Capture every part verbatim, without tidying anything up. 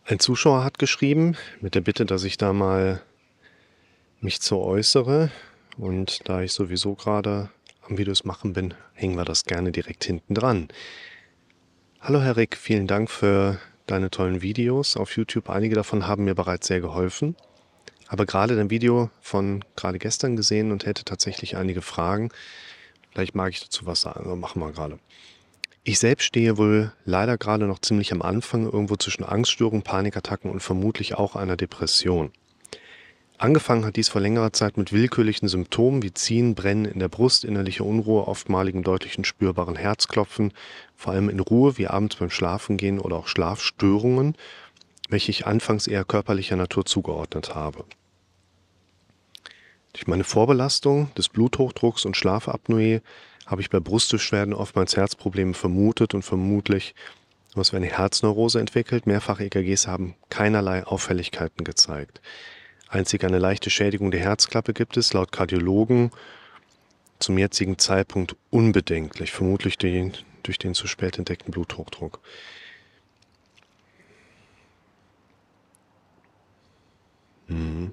Ein Zuschauer hat geschrieben, mit der Bitte, dass ich da mal mich zu äußere. Und da ich sowieso gerade am Videos machen bin, hängen wir das gerne direkt hinten dran. Hallo Herr Rick, vielen Dank für deine tollen Videos auf YouTube. Einige davon haben mir bereits sehr geholfen. Habe gerade dein Video von gerade gestern gesehen und hätte tatsächlich einige Fragen. Vielleicht mag ich dazu was sagen, aber machen wir gerade. Ich selbst stehe wohl leider gerade noch ziemlich am Anfang, irgendwo zwischen Angststörungen, Panikattacken und vermutlich auch einer Depression. Angefangen hat dies vor längerer Zeit mit willkürlichen Symptomen wie Ziehen, Brennen in der Brust, innerliche Unruhe, oftmaligem deutlichen spürbaren Herzklopfen, vor allem in Ruhe wie abends beim Schlafengehen oder auch Schlafstörungen, welche ich anfangs eher körperlicher Natur zugeordnet habe. Durch meine Vorbelastung des Bluthochdrucks und Schlafapnoe habe ich bei Brustbeschwerden oftmals Herzprobleme vermutet und vermutlich was wie eine Herzneurose entwickelt. Mehrfache E K Gs haben keinerlei Auffälligkeiten gezeigt. Einzig eine leichte Schädigung der Herzklappe gibt es, laut Kardiologen zum jetzigen Zeitpunkt unbedenklich, vermutlich den, durch den zu spät entdeckten Bluthochdruck. Mhm.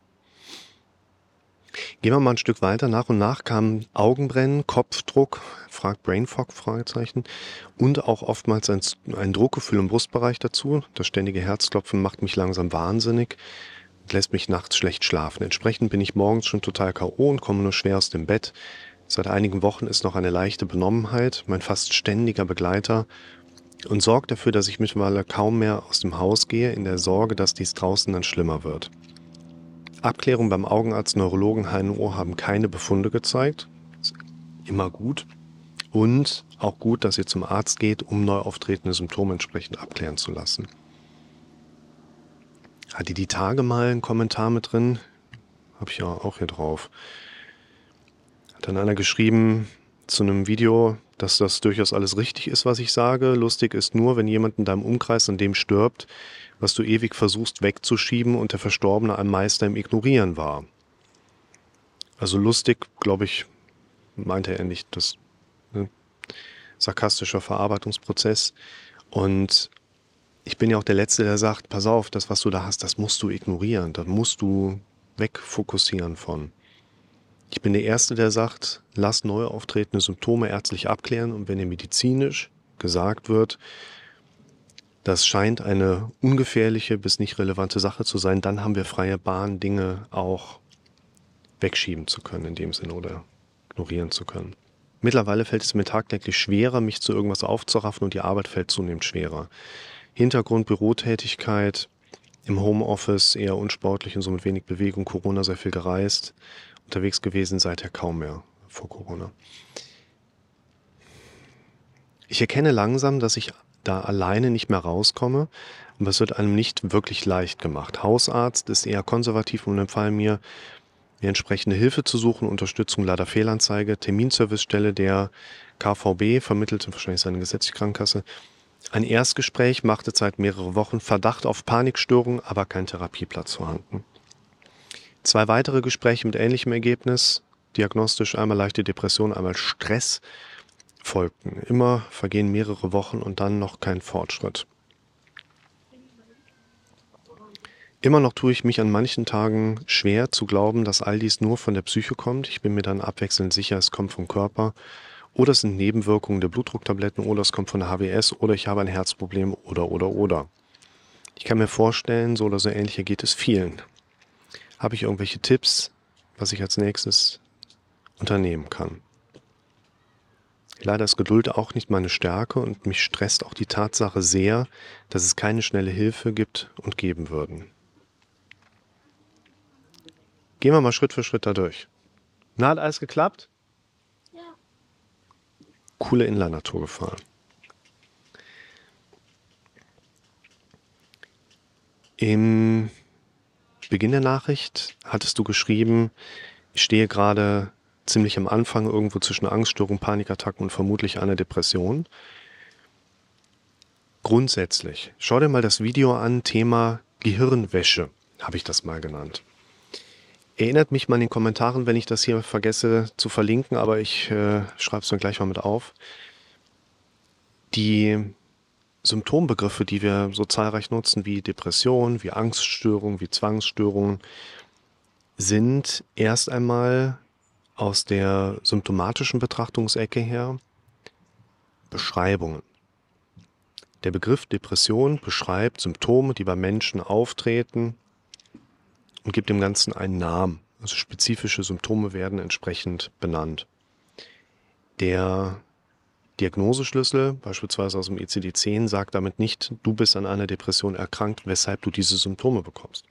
Gehen wir mal ein Stück weiter. Nach und nach kamen Augenbrennen, Kopfdruck, fragt Brainfog, Fragezeichen, und auch oftmals ein, ein Druckgefühl im Brustbereich dazu. Das ständige Herzklopfen macht mich langsam wahnsinnig und lässt mich nachts schlecht schlafen. Entsprechend bin ich morgens schon total K O und komme nur schwer aus dem Bett. Seit einigen Wochen ist noch eine leichte Benommenheit, mein fast ständiger Begleiter, und sorgt dafür, dass ich mittlerweile kaum mehr aus dem Haus gehe, in der Sorge, dass dies draußen dann schlimmer wird. Abklärungen beim Augenarzt, Neurologen, H N O haben keine Befunde gezeigt. Ist immer gut. Und auch gut, dass ihr zum Arzt geht, um neu auftretende Symptome entsprechend abklären zu lassen. Hatte die Tage mal einen Kommentar mit drin? Habe ich ja auch hier drauf. Hat dann einer geschrieben zu einem Video, dass das durchaus alles richtig ist, was ich sage. Lustig ist nur, wenn jemand in deinem Umkreis an dem stirbt, was du ewig versuchst wegzuschieben und der Verstorbene ein Meister im Ignorieren war. Also lustig, glaube ich, meinte er nicht, das ne, sarkastischer Verarbeitungsprozess. Und ich bin ja auch der Letzte, der sagt, pass auf, das, was du da hast, das musst du ignorieren, das musst du wegfokussieren von. Ich bin der Erste, der sagt, lass neu auftretende Symptome ärztlich abklären, und wenn dir medizinisch gesagt wird, das scheint eine ungefährliche bis nicht relevante Sache zu sein, dann haben wir freie Bahn, Dinge auch wegschieben zu können in dem Sinne oder ignorieren zu können. Mittlerweile fällt es mir tagtäglich schwerer, mich zu irgendwas aufzuraffen, und die Arbeit fällt zunehmend schwerer. Hintergrund Bürotätigkeit, im Homeoffice eher unsportlich und somit wenig Bewegung, Corona sehr viel gereist, unterwegs gewesen, seither kaum mehr vor Corona. Ich erkenne langsam, dass ich da alleine nicht mehr rauskomme, aber es wird einem nicht wirklich leicht gemacht. Hausarzt ist eher konservativ und empfahl mir, mir entsprechende Hilfe zu suchen, Unterstützung, leider Fehlanzeige, Terminservicestelle der K V B, vermittelte wahrscheinlich seine gesetzliche Krankenkasse. Ein Erstgespräch machte seit mehreren Wochen Verdacht auf Panikstörung, aber kein Therapieplatz vorhanden. Zwei weitere Gespräche mit ähnlichem Ergebnis, diagnostisch einmal leichte Depression, einmal Stress, folgten. Immer vergehen mehrere Wochen und dann noch kein Fortschritt. Immer noch tue ich mich an manchen Tagen schwer zu glauben, dass all dies nur von der Psyche kommt. Ich bin mir dann abwechselnd sicher, es kommt vom Körper, oder es sind Nebenwirkungen der Blutdrucktabletten, oder es kommt von der H B S, oder ich habe ein Herzproblem, oder, oder, oder. Ich kann mir vorstellen, so oder so ähnlich geht es vielen. Habe ich irgendwelche Tipps, was ich als nächstes unternehmen kann? Leider ist Geduld auch nicht meine Stärke, und mich stresst auch die Tatsache sehr, dass es keine schnelle Hilfe gibt und geben würden. Gehen wir mal Schritt für Schritt da durch. Na, hat alles geklappt? Ja. Coole Inline-Natur gefahren. Im Beginn der Nachricht hattest du geschrieben, ich stehe gerade ziemlich am Anfang irgendwo zwischen Angststörung, Panikattacken und vermutlich einer Depression. Grundsätzlich, schau dir mal das Video an, Thema Gehirnwäsche, habe ich das mal genannt. Erinnert mich mal in den Kommentaren, wenn ich das hier vergesse zu verlinken, aber ich äh, schreibe es mir gleich mal mit auf. Die Symptombegriffe, die wir so zahlreich nutzen, wie Depression, wie Angststörungen, wie Zwangsstörungen, sind erst einmal aus der symptomatischen Betrachtungsecke her Beschreibungen. Der Begriff Depression beschreibt Symptome, die bei Menschen auftreten und gibt dem Ganzen einen Namen. Also spezifische Symptome werden entsprechend benannt. Der Diagnoseschlüssel, beispielsweise aus dem I C D zehn, sagt damit nicht, du bist an einer Depression erkrankt, weshalb du diese Symptome bekommst.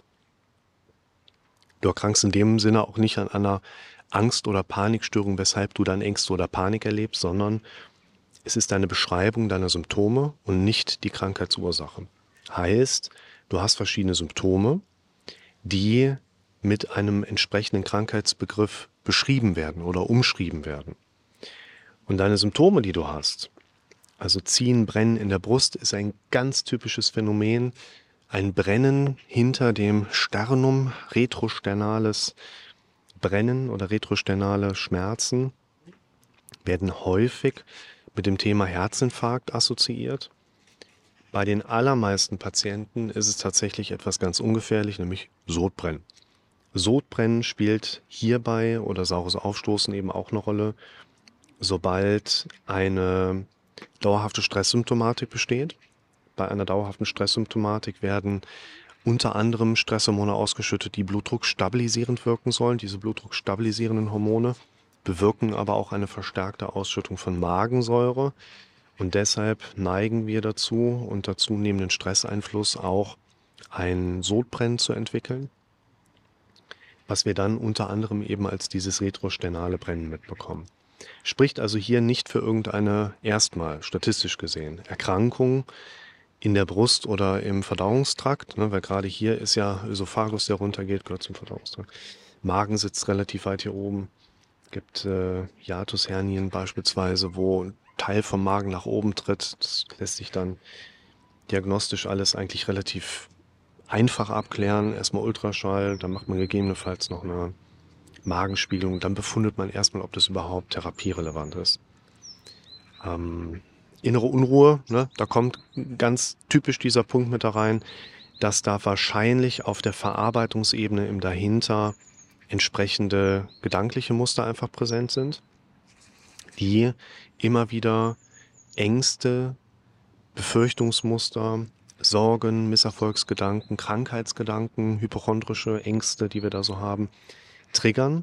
Du erkrankst in dem Sinne auch nicht an einer Angst- oder Panikstörung, weshalb du dann Ängste oder Panik erlebst, sondern es ist eine Beschreibung deiner Symptome und nicht die Krankheitsursache. Heißt, du hast verschiedene Symptome, die mit einem entsprechenden Krankheitsbegriff beschrieben werden oder umschrieben werden. Und deine Symptome, die du hast, also Ziehen, Brennen in der Brust, ist ein ganz typisches Phänomen. Ein Brennen hinter dem Sternum, retrosternales Brennen oder retrosternale Schmerzen werden häufig mit dem Thema Herzinfarkt assoziiert. Bei den allermeisten Patienten ist es tatsächlich etwas ganz ungefährlich, nämlich Sodbrennen. Sodbrennen spielt hierbei oder saures Aufstoßen eben auch eine Rolle, sobald eine dauerhafte Stresssymptomatik besteht. Bei einer dauerhaften Stresssymptomatik werden unter anderem Stresshormone ausgeschüttet, die blutdruckstabilisierend wirken sollen. Diese blutdruckstabilisierenden Hormone bewirken aber auch eine verstärkte Ausschüttung von Magensäure. Und deshalb neigen wir dazu, unter zunehmendem Stresseinfluss auch ein Sodbrennen zu entwickeln, was wir dann unter anderem eben als dieses retrosternale Brennen mitbekommen. Spricht also hier nicht für irgendeine, erstmal statistisch gesehen, Erkrankung in der Brust oder im Verdauungstrakt, ne, weil gerade hier ist ja Ösophagus, der runtergeht, gehört zum Verdauungstrakt. Magen sitzt relativ weit hier oben. Gibt äh, Hiatushernien beispielsweise, wo ein Teil vom Magen nach oben tritt. Das lässt sich dann diagnostisch alles eigentlich relativ einfach abklären. Erstmal Ultraschall, dann macht man gegebenenfalls noch eine Magenspiegelung. Dann befundet man erstmal, ob das überhaupt therapierelevant ist. Ähm, innere Unruhe, ne? Da kommt ganz typisch dieser Punkt mit da rein, dass da wahrscheinlich auf der Verarbeitungsebene im Dahinter entsprechende gedankliche Muster einfach präsent sind, die immer wieder Ängste, Befürchtungsmuster, Sorgen, Misserfolgsgedanken, Krankheitsgedanken, hypochondrische Ängste, die wir da so haben, triggern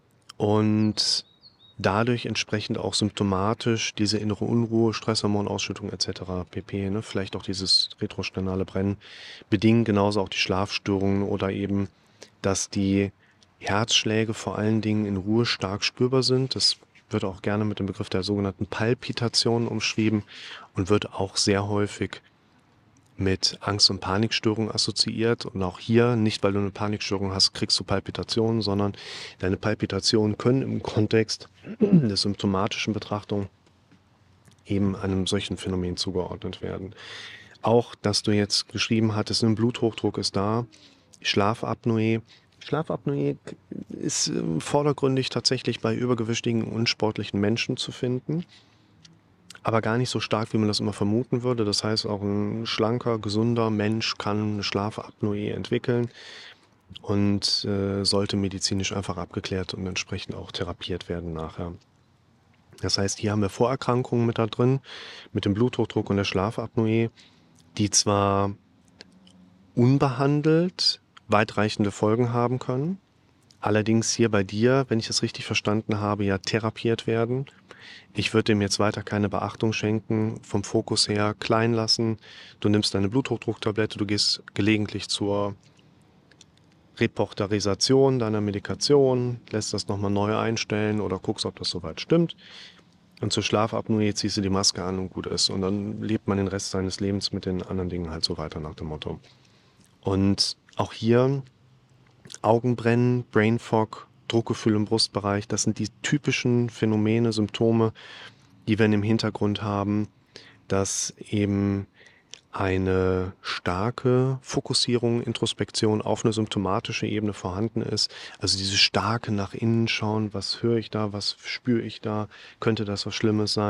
und dadurch entsprechend auch symptomatisch diese innere Unruhe, Stresshormonausschüttung et cetera pp., ne, vielleicht auch dieses retrosternale Brennen bedingen, genauso auch die Schlafstörungen oder eben, dass die Herzschläge vor allen Dingen in Ruhe stark spürbar sind. Das wird auch gerne mit dem Begriff der sogenannten Palpitation umschrieben und wird auch sehr häufig mit Angst- und Panikstörungen assoziiert. Und auch hier, nicht weil du eine Panikstörung hast, kriegst du Palpitationen, sondern deine Palpitationen können im Kontext der symptomatischen Betrachtung eben einem solchen Phänomen zugeordnet werden. Auch, dass du jetzt geschrieben hattest, ein Bluthochdruck ist da, Schlafapnoe. Schlafapnoe ist ähm, vordergründig tatsächlich bei übergewichtigen, unsportlichen Menschen zu finden, aber gar nicht so stark, wie man das immer vermuten würde. Das heißt, auch ein schlanker, gesunder Mensch kann eine Schlafapnoe entwickeln und äh, sollte medizinisch einfach abgeklärt und entsprechend auch therapiert werden nachher. Das heißt, hier haben wir Vorerkrankungen mit da drin, mit dem Bluthochdruck und der Schlafapnoe, die zwar unbehandelt weitreichende Folgen haben können, allerdings hier bei dir, wenn ich das richtig verstanden habe, ja therapiert werden. Ich würde dem jetzt weiter keine Beachtung schenken, vom Fokus her klein lassen. Du nimmst deine Bluthochdrucktablette, du gehst gelegentlich zur Reporterisation deiner Medikation, lässt das nochmal neu einstellen oder guckst, ob das soweit stimmt. Und zur Schlafapnoe ziehst du die Maske an und gut ist. Und dann lebt man den Rest seines Lebens mit den anderen Dingen halt so weiter nach dem Motto. Und auch hier Augenbrennen, Brain Fog, Druckgefühl im Brustbereich, das sind die typischen Phänomene, Symptome, die wir im Hintergrund haben, dass eben eine starke Fokussierung, Introspektion auf eine symptomatische Ebene vorhanden ist. Also dieses starke nach innen schauen, was höre ich da, was spüre ich da, könnte das was Schlimmes sein.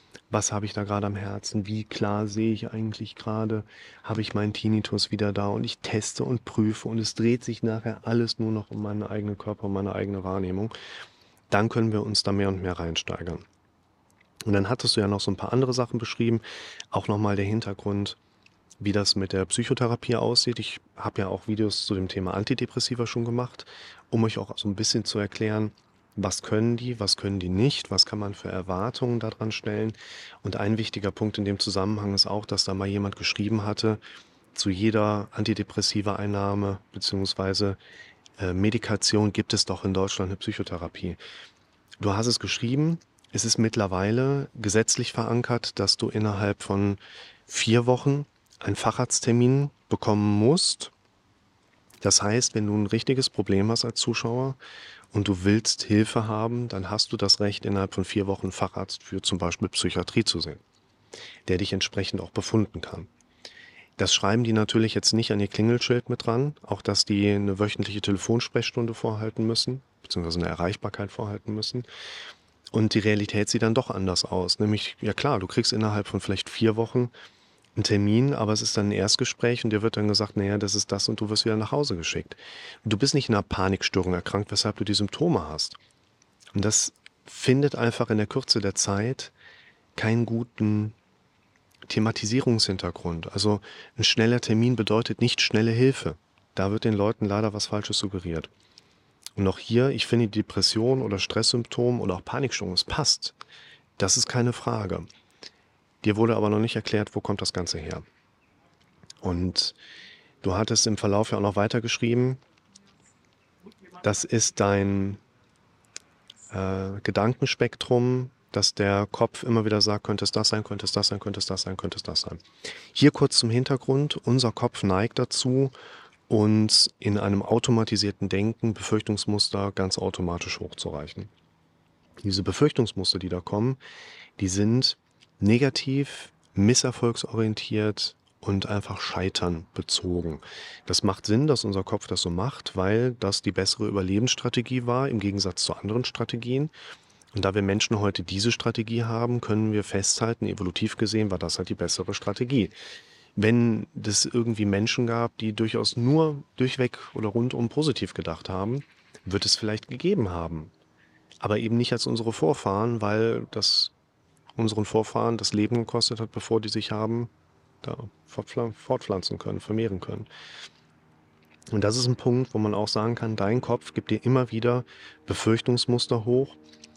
Was habe ich da gerade am Herzen? Wie klar sehe ich eigentlich gerade? Habe ich meinen Tinnitus wieder da? Und ich teste und prüfe und es dreht sich nachher alles nur noch um meinen eigenen Körper, um meine eigene Wahrnehmung. Dann können wir uns da mehr und mehr reinsteigern. Und dann hattest du ja noch so ein paar andere Sachen beschrieben. Auch nochmal der Hintergrund, wie das mit der Psychotherapie aussieht. Ich habe ja auch Videos zu dem Thema Antidepressiva schon gemacht, um euch auch so ein bisschen zu erklären, was können die, was können die nicht, was kann man für Erwartungen daran stellen. Und ein wichtiger Punkt in dem Zusammenhang ist auch, dass da mal jemand geschrieben hatte, zu jeder Antidepressiva-Einnahme bzw. äh, Medikation gibt es doch in Deutschland eine Psychotherapie. Du hast es geschrieben, es ist mittlerweile gesetzlich verankert, dass du innerhalb von vier Wochen einen Facharzttermin bekommen musst. Das heißt, wenn du ein richtiges Problem hast als Zuschauer und du willst Hilfe haben, dann hast du das Recht, innerhalb von vier Wochen einen Facharzt für zum Beispiel Psychiatrie zu sehen, der dich entsprechend auch befunden kann. Das schreiben die natürlich jetzt nicht an ihr Klingelschild mit dran, auch dass die eine wöchentliche Telefonsprechstunde vorhalten müssen, beziehungsweise eine Erreichbarkeit vorhalten müssen. Und die Realität sieht dann doch anders aus. Nämlich, ja klar, du kriegst innerhalb von vielleicht vier Wochen einen Termin, aber es ist dann ein Erstgespräch und dir wird dann gesagt, naja, das ist das und du wirst wieder nach Hause geschickt. Du bist nicht in einer Panikstörung erkrankt, weshalb du die Symptome hast. Und das findet einfach in der Kürze der Zeit keinen guten Thematisierungshintergrund. Also ein schneller Termin bedeutet nicht schnelle Hilfe. Da wird den Leuten leider was Falsches suggeriert. Und auch hier, ich finde Depression oder Stresssymptom oder auch Panikstörung, es passt. Das ist keine Frage. Dir wurde aber noch nicht erklärt, wo kommt das Ganze her. Und du hattest im Verlauf ja auch noch weitergeschrieben, das ist dein äh, Gedankenspektrum, dass der Kopf immer wieder sagt, könnte es das sein, könnte es das sein, könnte es das sein, könnte es das sein. Hier kurz zum Hintergrund, unser Kopf neigt dazu, uns in einem automatisierten Denken Befürchtungsmuster ganz automatisch hochzureichen. Diese Befürchtungsmuster, die da kommen, die sind negativ, misserfolgsorientiert und einfach scheitern bezogen. Das macht Sinn, dass unser Kopf das so macht, weil das die bessere Überlebensstrategie war im Gegensatz zu anderen Strategien. Und da wir Menschen heute diese Strategie haben, können wir festhalten, evolutiv gesehen war das halt die bessere Strategie. Wenn es irgendwie Menschen gab, die durchaus nur durchweg oder rundum positiv gedacht haben, wird es vielleicht gegeben haben. Aber eben nicht als unsere Vorfahren, weil das unseren Vorfahren das Leben gekostet hat, bevor die sich haben da fortpflanzen können, vermehren können. Und das ist ein Punkt, wo man auch sagen kann, dein Kopf gibt dir immer wieder Befürchtungsmuster hoch,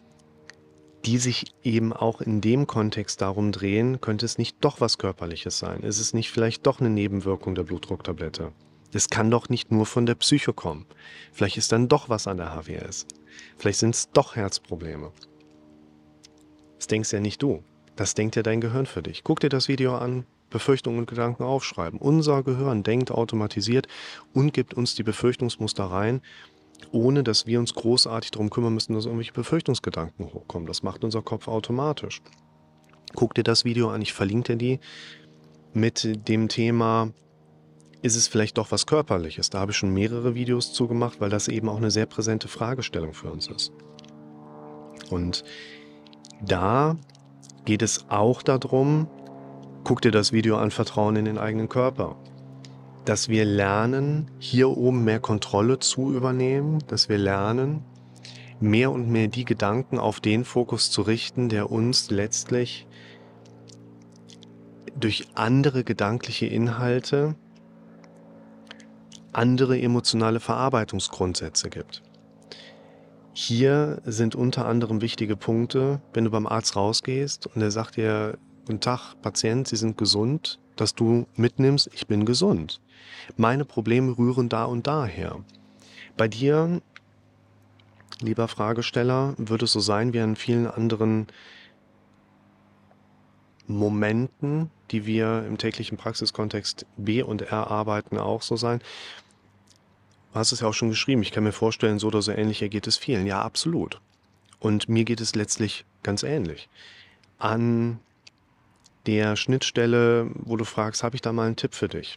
die sich eben auch in dem Kontext darum drehen, könnte es nicht doch was Körperliches sein? Ist es nicht vielleicht doch eine Nebenwirkung der Blutdrucktablette? Es kann doch nicht nur von der Psyche kommen. Vielleicht ist dann doch was an der H W S. Vielleicht sind es doch Herzprobleme. Das denkst ja nicht du. Das denkt ja dein Gehirn für dich. Guck dir das Video an, Befürchtungen und Gedanken aufschreiben. Unser Gehirn denkt automatisiert und gibt uns die Befürchtungsmuster rein, ohne dass wir uns großartig darum kümmern müssen, dass irgendwelche Befürchtungsgedanken hochkommen. Das macht unser Kopf automatisch. Guck dir das Video an, ich verlinke dir die, mit dem Thema, ist es vielleicht doch was Körperliches? Da habe ich schon mehrere Videos zu gemacht, weil das eben auch eine sehr präsente Fragestellung für uns ist. Und da geht es auch darum, guck dir das Video an, Vertrauen in den eigenen Körper. Dass wir lernen, hier oben mehr Kontrolle zu übernehmen, dass wir lernen, mehr und mehr die Gedanken auf den Fokus zu richten, der uns letztlich durch andere gedankliche Inhalte andere emotionale Verarbeitungsgrundsätze gibt. Hier sind unter anderem wichtige Punkte, wenn du beim Arzt rausgehst und er sagt dir, guten Tag, Patient, Sie sind gesund, dass du mitnimmst, ich bin gesund. Meine Probleme rühren da und daher. Bei dir, lieber Fragesteller, wird es so sein wie an vielen anderen Momenten, die wir im täglichen Praxiskontext B und R arbeiten, auch so sein. Du hast es ja auch schon geschrieben, ich kann mir vorstellen, so oder so ähnlich ergeht es vielen. Ja, absolut. Und mir geht es letztlich ganz ähnlich. An der Schnittstelle, wo du fragst, habe ich da mal einen Tipp für dich?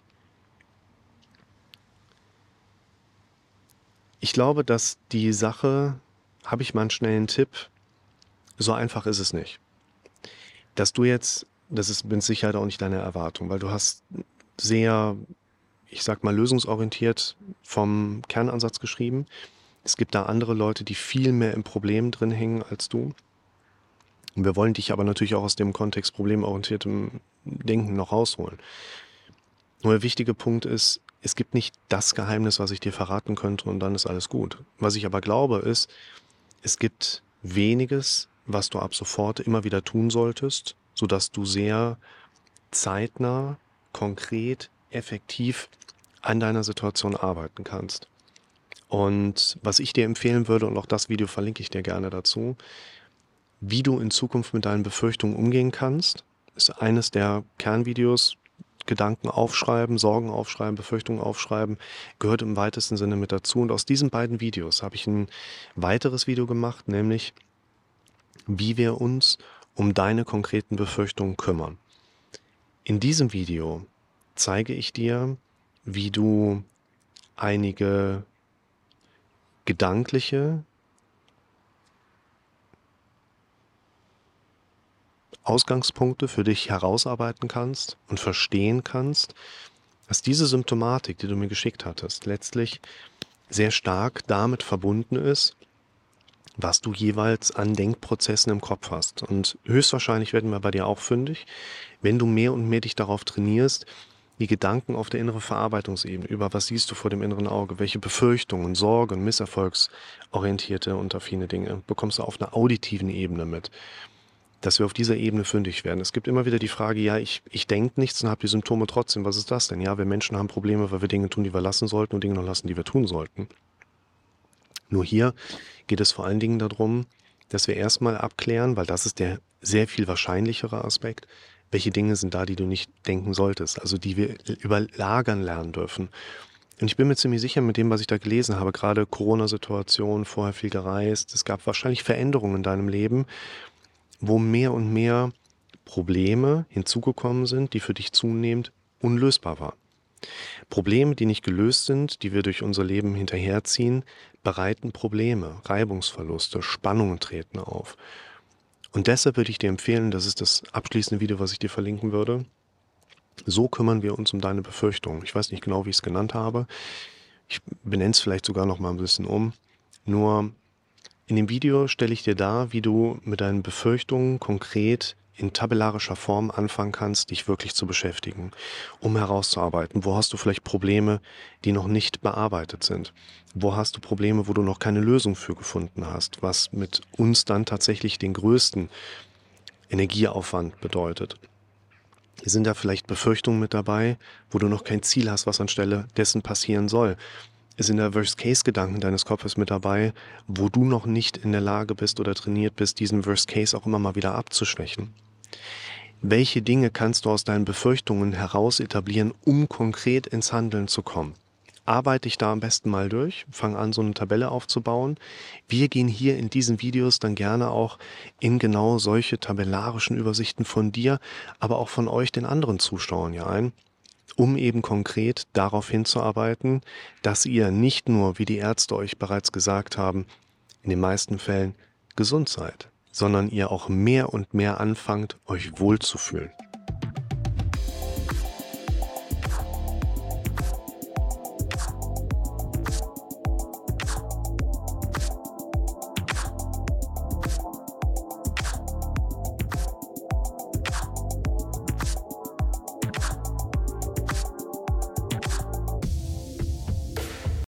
Ich glaube, dass die Sache, habe ich mal einen schnellen Tipp, so einfach ist es nicht. dass du jetzt, das ist mit Sicherheit auch nicht deine Erwartung, weil du hast sehr, ich sag mal, lösungsorientiert vom Kernansatz geschrieben. Es gibt da andere Leute, die viel mehr im Problem drin hängen als du. Und wir wollen dich aber natürlich auch aus dem Kontext problemorientiertem Denken noch rausholen. Nur der wichtige Punkt ist, es gibt nicht das Geheimnis, was ich dir verraten könnte und dann ist alles gut. Was ich aber glaube ist, es gibt weniges, was du ab sofort immer wieder tun solltest, sodass du sehr zeitnah, konkret, effektiv an deiner Situation arbeiten kannst. Und was ich dir empfehlen würde, und auch das Video verlinke ich dir gerne dazu, wie du in Zukunft mit deinen Befürchtungen umgehen kannst, ist eines der Kernvideos. Gedanken aufschreiben, Sorgen aufschreiben, Befürchtungen aufschreiben, gehört im weitesten Sinne mit dazu. Und aus diesen beiden Videos habe ich ein weiteres Video gemacht, nämlich wie wir uns um deine konkreten Befürchtungen kümmern. In diesem Video zeige ich dir, wie du einige gedankliche Ausgangspunkte für dich herausarbeiten kannst und verstehen kannst, dass diese Symptomatik, die du mir geschickt hattest, letztlich sehr stark damit verbunden ist, was du jeweils an Denkprozessen im Kopf hast. Und höchstwahrscheinlich werden wir bei dir auch fündig, wenn du mehr und mehr dich darauf trainierst, die Gedanken auf der inneren Verarbeitungsebene, über was siehst du vor dem inneren Auge, welche Befürchtungen, Sorgen, misserfolgsorientierte und affine Dinge bekommst du auf einer auditiven Ebene mit, dass wir auf dieser Ebene fündig werden. Es gibt immer wieder die Frage, ja, ich, ich denke nichts und habe die Symptome trotzdem. Was ist das denn? Ja, wir Menschen haben Probleme, weil wir Dinge tun, die wir lassen sollten und Dinge noch lassen, die wir tun sollten. Nur hier geht es vor allen Dingen darum, dass wir erstmal abklären, weil das ist der sehr viel wahrscheinlichere Aspekt, welche Dinge sind da, die du nicht denken solltest, also die wir überlagern lernen dürfen. Und ich bin mir ziemlich sicher mit dem, was ich da gelesen habe, gerade Corona-Situation, vorher viel gereist, es gab wahrscheinlich Veränderungen in deinem Leben, wo mehr und mehr Probleme hinzugekommen sind, die für dich zunehmend unlösbar waren. Probleme, die nicht gelöst sind, die wir durch unser Leben hinterherziehen, bereiten Probleme, Reibungsverluste, Spannungen treten auf. Und deshalb würde ich dir empfehlen, das ist das abschließende Video, was ich dir verlinken würde, so kümmern wir uns um deine Befürchtungen. Ich weiß nicht genau, wie ich es genannt habe. Ich benenne es vielleicht sogar noch mal ein bisschen um. Nur in dem Video stelle ich dir dar, wie du mit deinen Befürchtungen konkret in tabellarischer Form anfangen kannst, dich wirklich zu beschäftigen, um herauszuarbeiten. Wo hast du vielleicht Probleme, die noch nicht bearbeitet sind? Wo hast du Probleme, wo du noch keine Lösung für gefunden hast, was mit uns dann tatsächlich den größten Energieaufwand bedeutet? Sind da vielleicht Befürchtungen mit dabei, wo du noch kein Ziel hast, was anstelle dessen passieren soll? Sind da Worst-Case-Gedanken deines Kopfes mit dabei, wo du noch nicht in der Lage bist oder trainiert bist, diesen Worst-Case auch immer mal wieder abzuschwächen? Welche Dinge kannst du aus deinen Befürchtungen heraus etablieren, um konkret ins Handeln zu kommen? Arbeite dich da am besten mal durch, fang an, so eine Tabelle aufzubauen. Wir gehen hier in diesen Videos dann gerne auch in genau solche tabellarischen Übersichten von dir, aber auch von euch, den anderen Zuschauern ja ein, um eben konkret darauf hinzuarbeiten, dass ihr nicht nur, wie die Ärzte euch bereits gesagt haben, in den meisten Fällen gesund seid, sondern ihr auch mehr und mehr anfangt, euch wohlzufühlen.